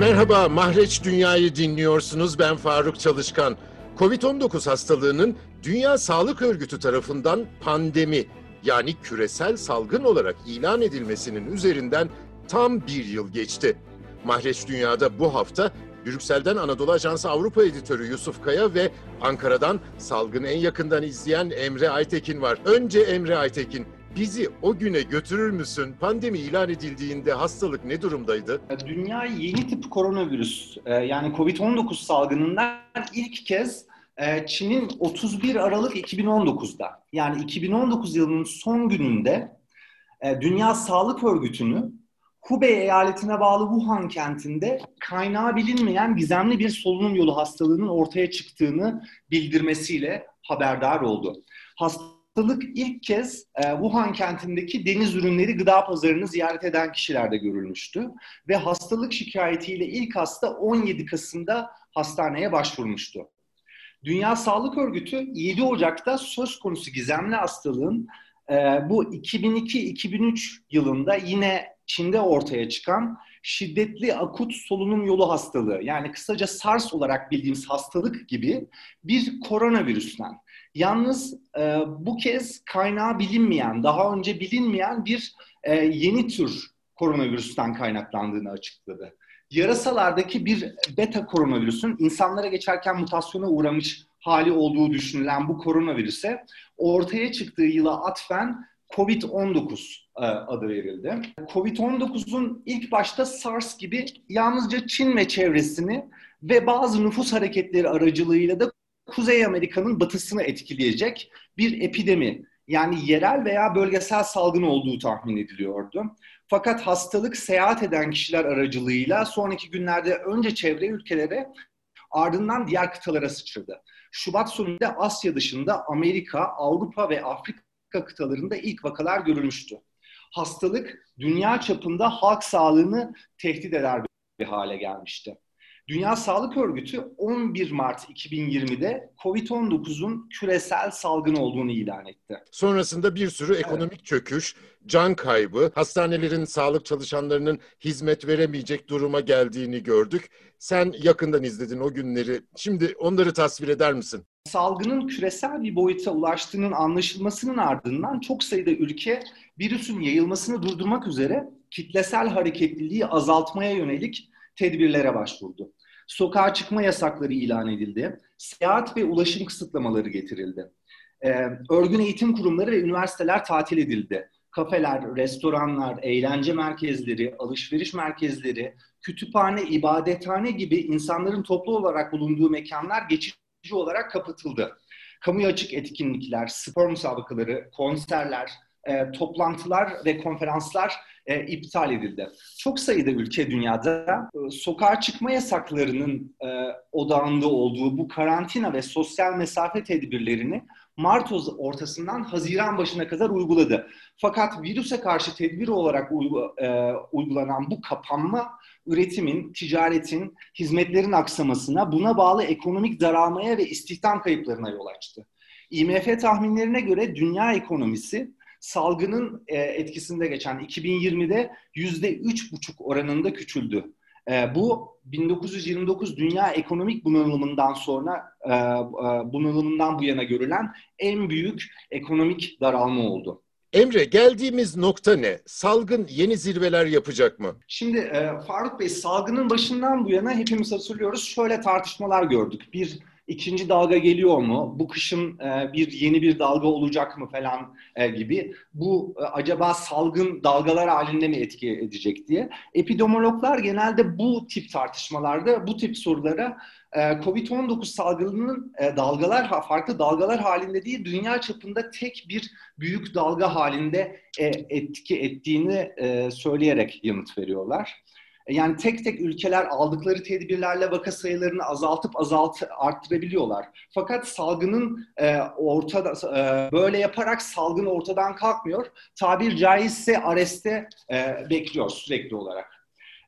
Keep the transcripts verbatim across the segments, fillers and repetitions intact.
Merhaba, Mahreç Dünya'yı dinliyorsunuz. Ben Faruk Çalışkan. kovid on dokuz hastalığının Dünya Sağlık Örgütü tarafından pandemi, yani küresel salgın olarak ilan edilmesinin üzerinden tam bir yıl geçti. Mahreç Dünya'da bu hafta Brüksel'den Anadolu Ajansı Avrupa Editörü Yusuf Kaya ve Ankara'dan salgını en yakından izleyen Emre Aytekin var. Önce Emre Aytekin, bizi o güne götürür müsün? Pandemi ilan edildiğinde hastalık ne durumdaydı? Dünya yeni tip koronavirüs yani kovid on dokuz salgınından ilk kez Çin'in otuz bir Aralık iki bin on dokuzda yani iki bin on dokuz yılının son gününde Dünya Sağlık Örgütü'nü Hubei eyaletine bağlı Wuhan kentinde kaynağı bilinmeyen gizemli bir solunum yolu hastalığının ortaya çıktığını bildirmesiyle haberdar oldu. Hastalık ilk kez e, Wuhan kentindeki deniz ürünleri gıda pazarını ziyaret eden kişilerde görülmüştü. Ve hastalık şikayetiyle ilk hasta on yedi Kasım'da hastaneye başvurmuştu. Dünya Sağlık Örgütü yedi Ocak'ta söz konusu gizemli hastalığın e, bu iki bin iki iki bin üç yılında yine Çin'de ortaya çıkan şiddetli akut solunum yolu hastalığı, yani kısaca SARS olarak bildiğimiz hastalık gibi bir koronavirüsten. Yalnız e, bu kez kaynağı bilinmeyen, daha önce bilinmeyen bir e, yeni tür koronavirüsten kaynaklandığını açıkladı. Yarasalardaki bir beta koronavirüsün insanlara geçerken mutasyona uğramış hali olduğu düşünülen bu koronavirüse ortaya çıktığı yıla atfen kovid on dokuz adı verildi. kovid on dokuzun ilk başta SARS gibi yalnızca Çin ve çevresini ve bazı nüfus hareketleri aracılığıyla da Kuzey Amerika'nın batısını etkileyecek bir epidemi, yani yerel veya bölgesel salgın olduğu tahmin ediliyordu. Fakat hastalık seyahat eden kişiler aracılığıyla sonraki günlerde önce çevre ülkelere, ardından diğer kıtalara sıçradı. Şubat sonunda Asya dışında Amerika, Avrupa ve Afrika kıtalarında ilk vakalar görülmüştü. Hastalık dünya çapında halk sağlığını tehdit eder bir hale gelmişti. Dünya Sağlık Örgütü on bir Mart iki bin yirmide kovid on dokuzun küresel salgın olduğunu ilan etti. Sonrasında bir sürü ekonomik evet. çöküş, can kaybı, hastanelerin sağlık çalışanlarının hizmet veremeyecek duruma geldiğini gördük. Sen yakından izledin o günleri. Şimdi onları tasvir eder misin? Salgının küresel bir boyuta ulaştığının anlaşılmasının ardından çok sayıda ülke virüsün yayılmasını durdurmak üzere kitlesel hareketliliği azaltmaya yönelik tedbirlere başvurdu. Sokağa çıkma yasakları ilan edildi. Seyahat ve ulaşım kısıtlamaları getirildi. Ee, örgün eğitim kurumları ve üniversiteler tatil edildi. Kafeler, restoranlar, eğlence merkezleri, alışveriş merkezleri, kütüphane, ibadethane gibi insanların toplu olarak bulunduğu mekanlar geçici olarak kapatıldı. Kamuya açık etkinlikler, spor müsabakaları, konserler, e, toplantılar ve konferanslar e, iptal edildi. Çok sayıda ülke dünyada e, sokağa çıkma yasaklarının e, odağında olduğu bu karantina ve sosyal mesafe tedbirlerini Mart ortasından Haziran başına kadar uyguladı. Fakat virüse karşı tedbir olarak uygu, e, uygulanan bu kapanma, üretimin, ticaretin, hizmetlerin aksamasına, buna bağlı ekonomik daralmaya ve istihdam kayıplarına yol açtı. I M F tahminlerine göre dünya ekonomisi salgının e, etkisinde geçen iki bin yirmide yüzde üç buçuk oranında küçüldü. E, bu bin dokuz yüz yirmi dokuz dünya ekonomik bunalımından sonra e, e, bunalımından bu yana görülen en büyük ekonomik daralma oldu. Emre, geldiğimiz nokta ne? Salgın yeni zirveler yapacak mı? Şimdi e, Faruk Bey, salgının başından bu yana hepimiz hatırlıyoruz. Şöyle tartışmalar gördük. Bir ikinci dalga geliyor mu? Bu kışın e, bir yeni bir dalga olacak mı falan e, gibi. Bu e, acaba salgın dalgalar halinde mi etki edecek diye. Epidemiologlar genelde bu tip tartışmalarda, bu tip sorulara e, kovid on dokuz salgınının e, dalgalar, farklı dalgalar halinde değil, dünya çapında tek bir büyük dalga halinde e, etki ettiğini e, söyleyerek yanıt veriyorlar. Yani tek tek ülkeler aldıkları tedbirlerle vaka sayılarını azaltıp azalt arttırabiliyorlar. Fakat salgının e, ortada e, böyle yaparak salgın ortadan kalkmıyor. Tabir caizse areste e, bekliyor sürekli olarak.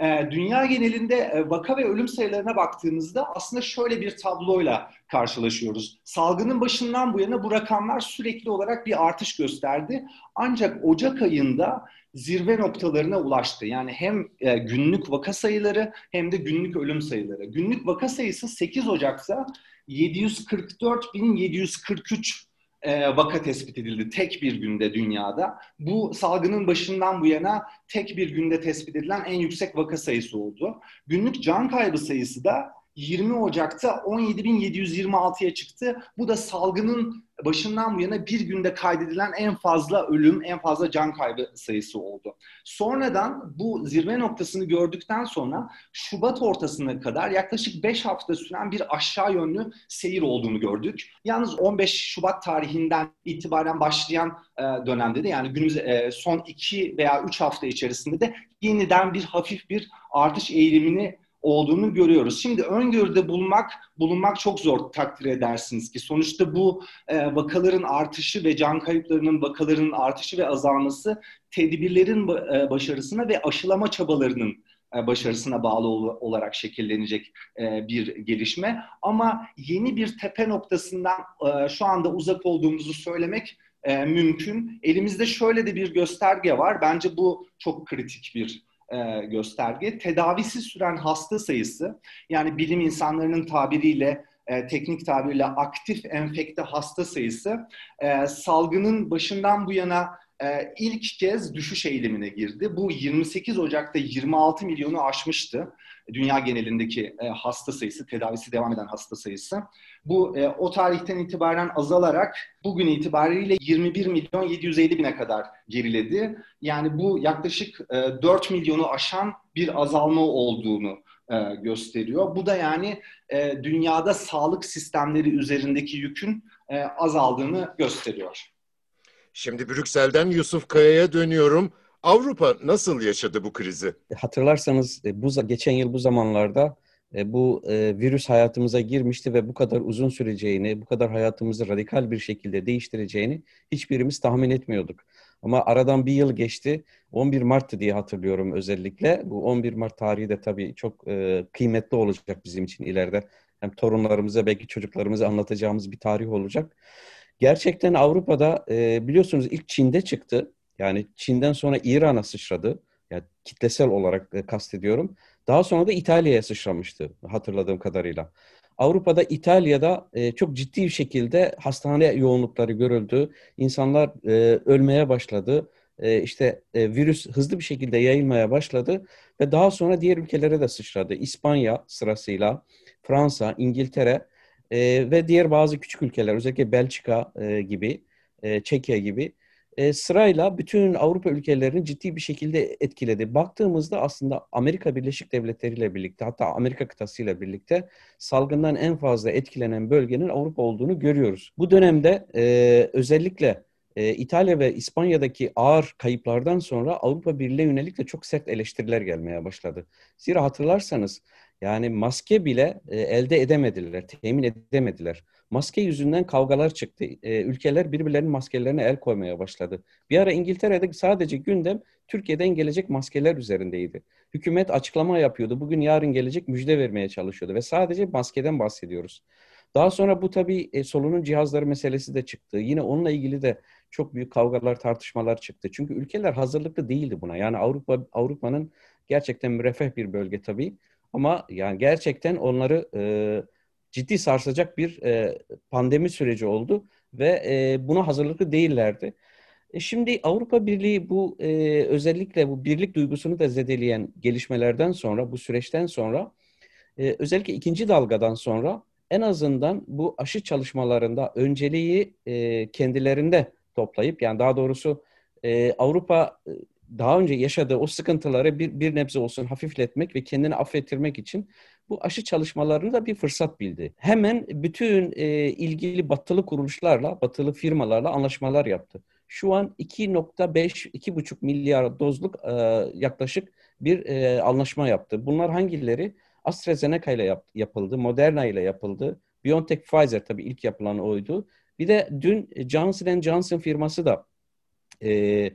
E, dünya genelinde e, vaka ve ölüm sayılarına baktığımızda aslında şöyle bir tabloyla karşılaşıyoruz. Salgının başından bu yana bu rakamlar sürekli olarak bir artış gösterdi. Ancak Ocak ayında zirve noktalarına ulaştı. Yani hem e, günlük vaka sayıları hem de günlük ölüm sayıları. Günlük vaka sayısı sekiz Ocak'ta yedi yüz kırk dört bin yedi yüz kırk üç e, vaka tespit edildi tek bir günde dünyada. Bu salgının başından bu yana tek bir günde tespit edilen en yüksek vaka sayısı oldu. Günlük can kaybı sayısı da yirmi Ocak'ta on yedi bin yedi yüz yirmi altıya çıktı. Bu da salgının başından bu yana bir günde kaydedilen en fazla ölüm, en fazla can kaybı sayısı oldu. Sonradan bu zirve noktasını gördükten sonra Şubat ortasına kadar yaklaşık beş hafta süren bir aşağı yönlü seyir olduğunu gördük. Yalnız on beş Şubat tarihinden itibaren başlayan e, dönemde de, yani günümüz e, son iki veya üç hafta içerisinde de yeniden bir hafif bir artış eğilimini olduğunu görüyoruz. Şimdi öngörüde bulunmak bulunmak çok zor, takdir edersiniz ki. Sonuçta bu e, vakaların artışı ve can kayıplarının vakaların artışı ve azalması tedbirlerin e, başarısına ve aşılama çabalarının e, başarısına bağlı ol- olarak şekillenecek e, bir gelişme. Ama yeni bir tepe noktasından e, şu anda uzak olduğumuzu söylemek e, mümkün. Elimizde şöyle de bir gösterge var. Bence bu çok kritik bir e, gösterge. Tedavisi süren hasta sayısı, yani bilim insanlarının tabiriyle, e, teknik tabirle aktif enfekte hasta sayısı e, salgının başından bu yana e, ilk kez düşüş eğilimine girdi. Bu yirmi sekiz Ocak'ta yirmi altı milyonu aşmıştı. Dünya genelindeki e, hasta sayısı, tedavisi devam eden hasta sayısı. Bu e, o tarihten itibaren azalarak bugün itibariyle yirmi bir milyon yedi yüz elli bine kadar geriledi. Yani bu yaklaşık e, dört milyonu aşan bir azalma olduğunu e, gösteriyor. Bu da yani e, dünyada sağlık sistemleri üzerindeki yükün e, azaldığını gösteriyor. Şimdi Brüksel'den Yusuf Kaya'ya dönüyorum. Avrupa nasıl yaşadı bu krizi? Hatırlarsanız e, bu geçen yıl bu zamanlarda e, bu e, virüs hayatımıza girmişti ve bu kadar uzun süreceğini, bu kadar hayatımızı radikal bir şekilde değiştireceğini hiçbirimiz tahmin etmiyorduk. Ama aradan bir yıl geçti. on bir Mart'tı diye hatırlıyorum özellikle. Bu on bir Mart tarihi de tabii çok e, kıymetli olacak bizim için ileride. Hem torunlarımıza, belki çocuklarımıza anlatacağımız bir tarih olacak. Gerçekten Avrupa'da e, biliyorsunuz ilk Çin'de çıktı. Yani Çin'den sonra İran'a sıçradı. Yani kitlesel olarak e, kastediyorum. Daha sonra da İtalya'ya sıçramıştı hatırladığım kadarıyla. Avrupa'da, İtalya'da e, çok ciddi bir şekilde hastane yoğunlukları görüldü. İnsanlar e, ölmeye başladı. E, işte e, virüs hızlı bir şekilde yayılmaya başladı ve daha sonra diğer ülkelere de sıçradı. İspanya sırasıyla, Fransa, İngiltere e, ve diğer bazı küçük ülkeler, özellikle Belçika e, gibi, e, Çekya gibi e, sırayla bütün Avrupa ülkelerini ciddi bir şekilde etkiledi. Baktığımızda aslında Amerika Birleşik Devletleri ile birlikte, hatta Amerika kıtası ile birlikte salgından en fazla etkilenen bölgenin Avrupa olduğunu görüyoruz. Bu dönemde e, özellikle e, İtalya ve İspanya'daki ağır kayıplardan sonra Avrupa Birliği'ne yönelik de çok sert eleştiriler gelmeye başladı. Zira hatırlarsanız yani maske bile e, elde edemediler, temin edemediler. Maske yüzünden kavgalar çıktı. E, ülkeler birbirlerinin maskelerine el koymaya başladı. Bir ara İngiltere'de sadece gündem Türkiye'den gelecek maskeler üzerindeydi. Hükümet açıklama yapıyordu. Bugün yarın gelecek müjde vermeye çalışıyordu ve sadece maskeden bahsediyoruz. Daha sonra bu tabii e, solunum cihazları meselesi de çıktı. Yine onunla ilgili de çok büyük kavgalar, tartışmalar çıktı. Çünkü ülkeler hazırlıklı değildi buna. Yani Avrupa Avrupa'nın gerçekten müreffeh bir bölge tabii. Ama yani gerçekten onları e, ciddi sarsacak bir e, pandemi süreci oldu ve e, buna hazırlıklı değillerdi. E, şimdi Avrupa Birliği bu e, özellikle bu birlik duygusunu da zedeleyen gelişmelerden sonra, bu süreçten sonra, e, özellikle ikinci dalgadan sonra en azından bu aşı çalışmalarında önceliği e, kendilerinde toplayıp, yani daha doğrusu e, Avrupa e, daha önce yaşadığı o sıkıntıları bir, bir nebze olsun hafifletmek ve kendini affettirmek için bu aşı çalışmalarını da bir fırsat bildi. Hemen bütün e, ilgili batılı kuruluşlarla, batılı firmalarla anlaşmalar yaptı. Şu an iki nokta beş iki buçuk milyar dozluk e, yaklaşık bir e, anlaşma yaptı. Bunlar hangileri? AstraZeneca ile yap, yapıldı, Moderna ile yapıldı. BioNTech, Pfizer tabii ilk yapılan oydu. Bir de dün Johnson and Johnson firması da e,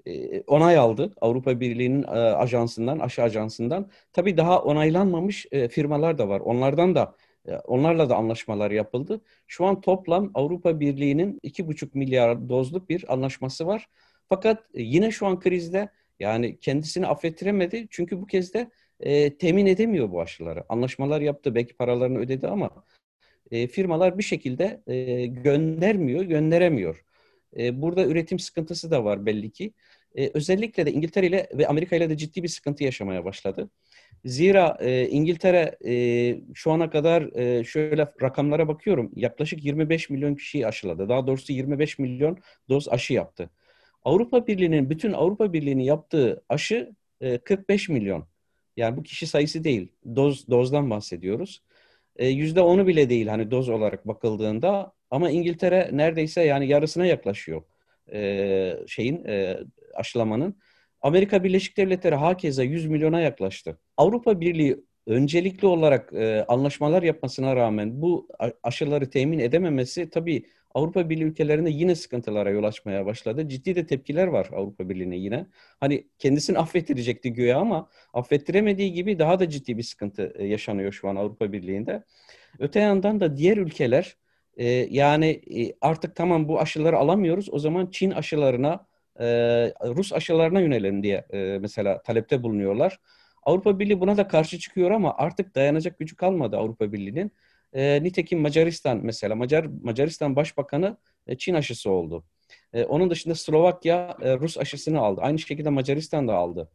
e, onay aldı. Avrupa Birliği'nin e, ajansından, aşı ajansından. Tabii daha onaylanmamış e, firmalar da var. Onlardan da e, onlarla da anlaşmalar yapıldı. Şu an toplam Avrupa Birliği'nin iki buçuk milyar dozluk bir anlaşması var. Fakat e, yine şu an krizde, yani kendisini affettiremedi. Çünkü bu kez de e, temin edemiyor bu aşıları. Anlaşmalar yaptı, belki paralarını ödedi ama e, firmalar bir şekilde e, göndermiyor, gönderemiyor. E, burada üretim sıkıntısı da var belli ki. E, özellikle de İngiltere ile ve Amerika ile de ciddi bir sıkıntı yaşamaya başladı. Zira e, İngiltere e, şu ana kadar e, şöyle rakamlara bakıyorum. Yaklaşık yirmi beş milyon kişiyi aşıladı. Daha doğrusu yirmi beş milyon doz aşı yaptı. Avrupa Birliği'nin, bütün Avrupa Birliği'nin yaptığı aşı e, kırk beş milyon. Yani bu kişi sayısı değil. Doz dozdan bahsediyoruz. E, yüzde onu bile değil hani doz olarak bakıldığında, ama İngiltere neredeyse yani yarısına yaklaşıyor e, şeyin e, aşılamanın. Amerika Birleşik Devletleri hakeza yüz milyona yaklaştı. Avrupa Birliği öncelikli olarak e, anlaşmalar yapmasına rağmen bu aşıları temin edememesi tabii Avrupa Birliği ülkelerinde yine sıkıntılara yol açmaya başladı. Ciddi de tepkiler var Avrupa Birliği'ne yine. Hani kendisini affettirecekti güya ama affettiremediği gibi daha da ciddi bir sıkıntı yaşanıyor şu an Avrupa Birliği'nde. Öte yandan da diğer ülkeler e, yani e, artık tamam bu aşıları alamıyoruz, o zaman Çin aşılarına, e, Rus aşılarına yönelelim diye e, mesela talepte bulunuyorlar. Avrupa Birliği buna da karşı çıkıyor ama artık dayanacak gücü kalmadı Avrupa Birliği'nin. E, nitekim Macaristan mesela, Macar Macaristan Başbakanı e, Çin aşısı oldu. E, onun dışında Slovakya e, Rus aşısını aldı. Aynı şekilde Macaristan da aldı.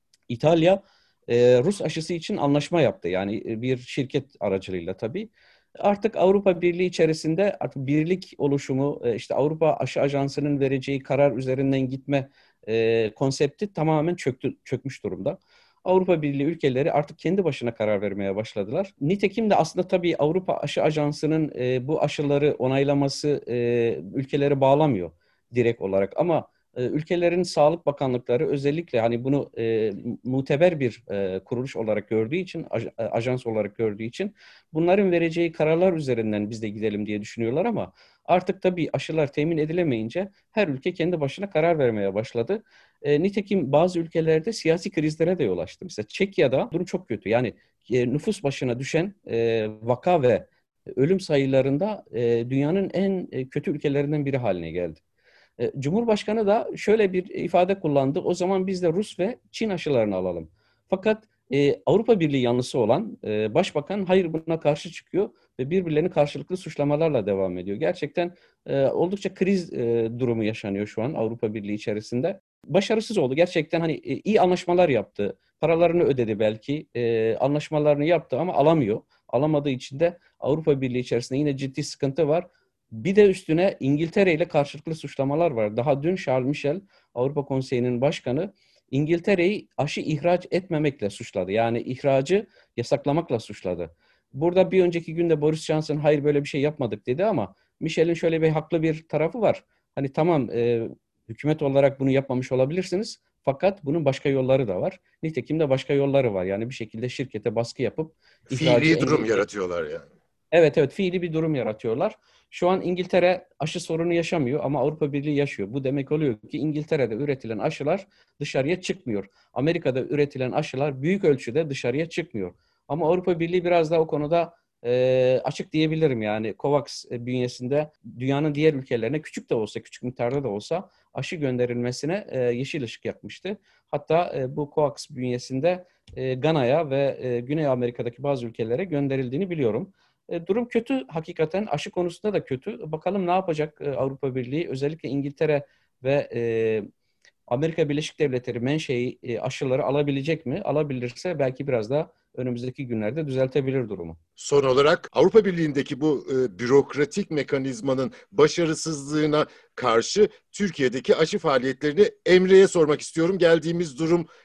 İtalya e, Rus aşısı için anlaşma yaptı. Yani e, bir şirket aracılığıyla tabii. Artık Avrupa Birliği içerisinde artık birlik oluşumu, e, işte Avrupa Aşı Ajansı'nın vereceği karar üzerinden gitme e, konsepti tamamen çöktü, çökmüş durumda. Avrupa Birliği ülkeleri artık kendi başına karar vermeye başladılar. Nitekim de aslında tabii Avrupa Aşı Ajansı'nın e, bu aşıları onaylaması e, ülkeleri bağlamıyor direkt olarak. Ama e, ülkelerin sağlık bakanlıkları özellikle hani bunu e, muteber bir e, kuruluş olarak gördüğü için, aj, ajans olarak gördüğü için bunların vereceği kararlar üzerinden biz de gidelim diye düşünüyorlar ama artık tabii aşılar temin edilemeyince her ülke kendi başına karar vermeye başladı. E, nitekim bazı ülkelerde siyasi krizlere de yol açtı. Mesela Çekya'da durum çok kötü. Yani e, nüfus başına düşen e, vaka ve ölüm sayılarında e, dünyanın en e, kötü ülkelerinden biri haline geldi. E, Cumhurbaşkanı da şöyle bir ifade kullandı. O zaman biz de Rus ve Çin aşılarını alalım. Fakat e, Avrupa Birliği yanlısı olan e, Başbakan hayır buna karşı çıkıyor ve birbirlerini karşılıklı suçlamalarla devam ediyor. Gerçekten e, oldukça kriz e, durumu yaşanıyor şu an Avrupa Birliği içerisinde. Başarısız oldu. Gerçekten hani e, iyi anlaşmalar yaptı. Paralarını ödedi belki. E, anlaşmalarını yaptı ama alamıyor. Alamadığı için de Avrupa Birliği içerisinde yine ciddi sıkıntı var. Bir de üstüne İngiltere ile karşılıklı suçlamalar var. Daha dün Charles Michel, Avrupa Konseyi'nin başkanı, İngiltere'yi aşı ihraç etmemekle suçladı. Yani ihracı yasaklamakla suçladı. Burada bir önceki günde Boris Johnson hayır böyle bir şey yapmadık dedi ama Michel'in şöyle bir haklı bir tarafı var. Hani tamam e, hükümet olarak bunu yapmamış olabilirsiniz fakat bunun başka yolları da var. Nitekim de başka yolları var. Yani bir şekilde şirkete baskı yapıp ihracı Fiili durum engelleyip yaratıyorlar yani. Evet evet fiili bir durum yaratıyorlar. Şu an İngiltere aşı sorunu yaşamıyor ama Avrupa Birliği yaşıyor. Bu demek oluyor ki İngiltere'de üretilen aşılar dışarıya çıkmıyor. Amerika'da üretilen aşılar büyük ölçüde dışarıya çıkmıyor. Ama Avrupa Birliği biraz daha o konuda e, açık diyebilirim. Yani COVAX bünyesinde dünyanın diğer ülkelerine küçük de olsa, küçük miktarda da olsa aşı gönderilmesine e, yeşil ışık yakmıştı. Hatta e, bu COVAX bünyesinde e, Gana'ya ve e, Güney Amerika'daki bazı ülkelere gönderildiğini biliyorum. E, durum kötü hakikaten. Aşı konusunda da kötü. Bakalım ne yapacak e, Avrupa Birliği? Özellikle İngiltere ve e, Amerika Birleşik Devletleri menşei e, aşıları alabilecek mi? Alabilirse belki biraz da önümüzdeki günlerde düzeltebilir durumu. Son olarak Avrupa Birliği'ndeki bu e, bürokratik mekanizmanın başarısızlığına karşı Türkiye'deki aşı faaliyetlerini Emre'ye sormak istiyorum. Geldiğimiz durum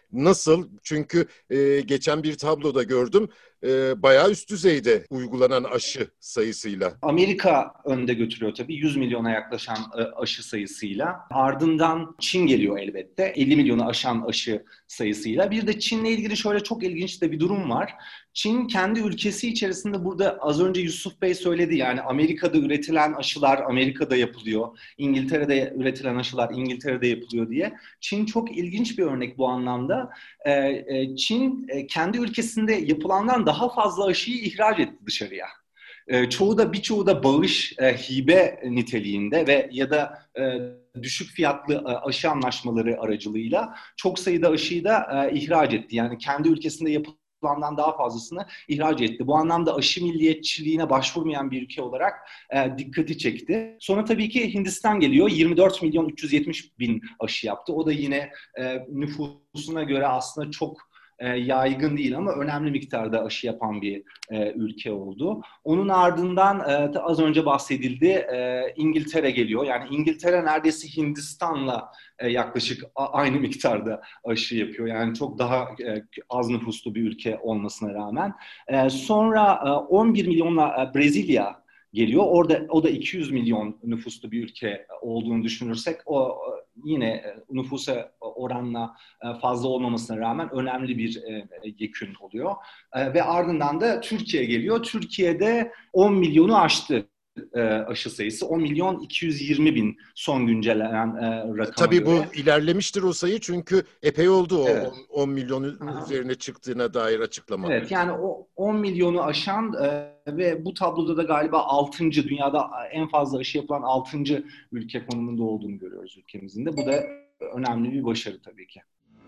Nasıl? Çünkü e, geçen bir tabloda gördüm, e, bayağı üst düzeyde uygulanan aşı sayısıyla. Amerika önde götürüyor tabii yüz milyona yaklaşan e, aşı sayısıyla. Ardından Çin geliyor elbette elli milyonu aşan aşı sayısıyla. Bir de Çin'le ilgili şöyle çok ilginç de bir durum var. Çin kendi ülkesi içerisinde burada az önce Yusuf Bey söyledi, yani Amerika'da üretilen aşılar Amerika'da yapılıyor. İngiltere'de üretilen aşılar İngiltere'de yapılıyor diye. Çin çok ilginç bir örnek bu anlamda. Çin kendi ülkesinde yapılandan daha fazla aşıyı ihraç etti dışarıya. Çoğu da birçoğu da bağış, hibe niteliğinde ve ya da düşük fiyatlı aşı anlaşmaları aracılığıyla çok sayıda aşıyı da ihraç etti. Yani kendi ülkesinde yapılandan daha fazlasını ihraç etti. Bu anlamda aşı milliyetçiliğine başvurmayan bir ülke olarak e, dikkati çekti. Sonra tabii ki Hindistan geliyor. yirmi dört milyon üç yüz yetmiş bin aşı yaptı. O da yine e, nüfusuna göre aslında çok e, yaygın değil ama önemli miktarda aşı yapan bir e, ülke oldu. Onun ardından e, az önce bahsedildi, e, İngiltere geliyor. Yani İngiltere neredeyse Hindistan'la e, yaklaşık a- aynı miktarda aşı yapıyor. Yani çok daha e, az nüfuslu bir ülke olmasına rağmen. E, sonra e, on bir milyonla e, Brezilya geliyor. Orada o da iki yüz milyon nüfuslu bir ülke olduğunu düşünürsek o yine nüfusa oranla fazla olmamasına rağmen önemli bir yekün oluyor. Ve ardından da Türkiye geliyor. Türkiye'de on milyonu aştı aşı sayısı. on milyon iki yüz yirmi bin son güncellenen rakama Tabii göre. bu ilerlemiştir o sayı, çünkü epey oldu o Evet. on milyonun Aha. üzerine çıktığına dair açıklama. Evet, yani o on milyonu aşan e, ve bu tabloda da galiba altıncı dünyada en fazla aşı yapılan altıncı ülke konumunda olduğunu görüyoruz ülkemizin de. Bu da önemli bir başarı tabii ki.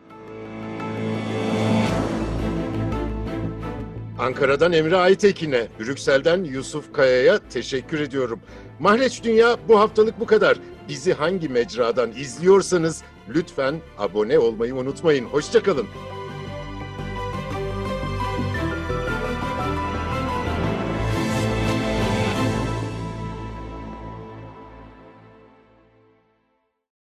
Ankara'dan Emre Aytekin'e, Brüksel'den Yusuf Kaya'ya teşekkür ediyorum. Mahreç Dünya bu haftalık bu kadar. Bizi hangi mecradan izliyorsanız lütfen abone olmayı unutmayın. Hoşça kalın.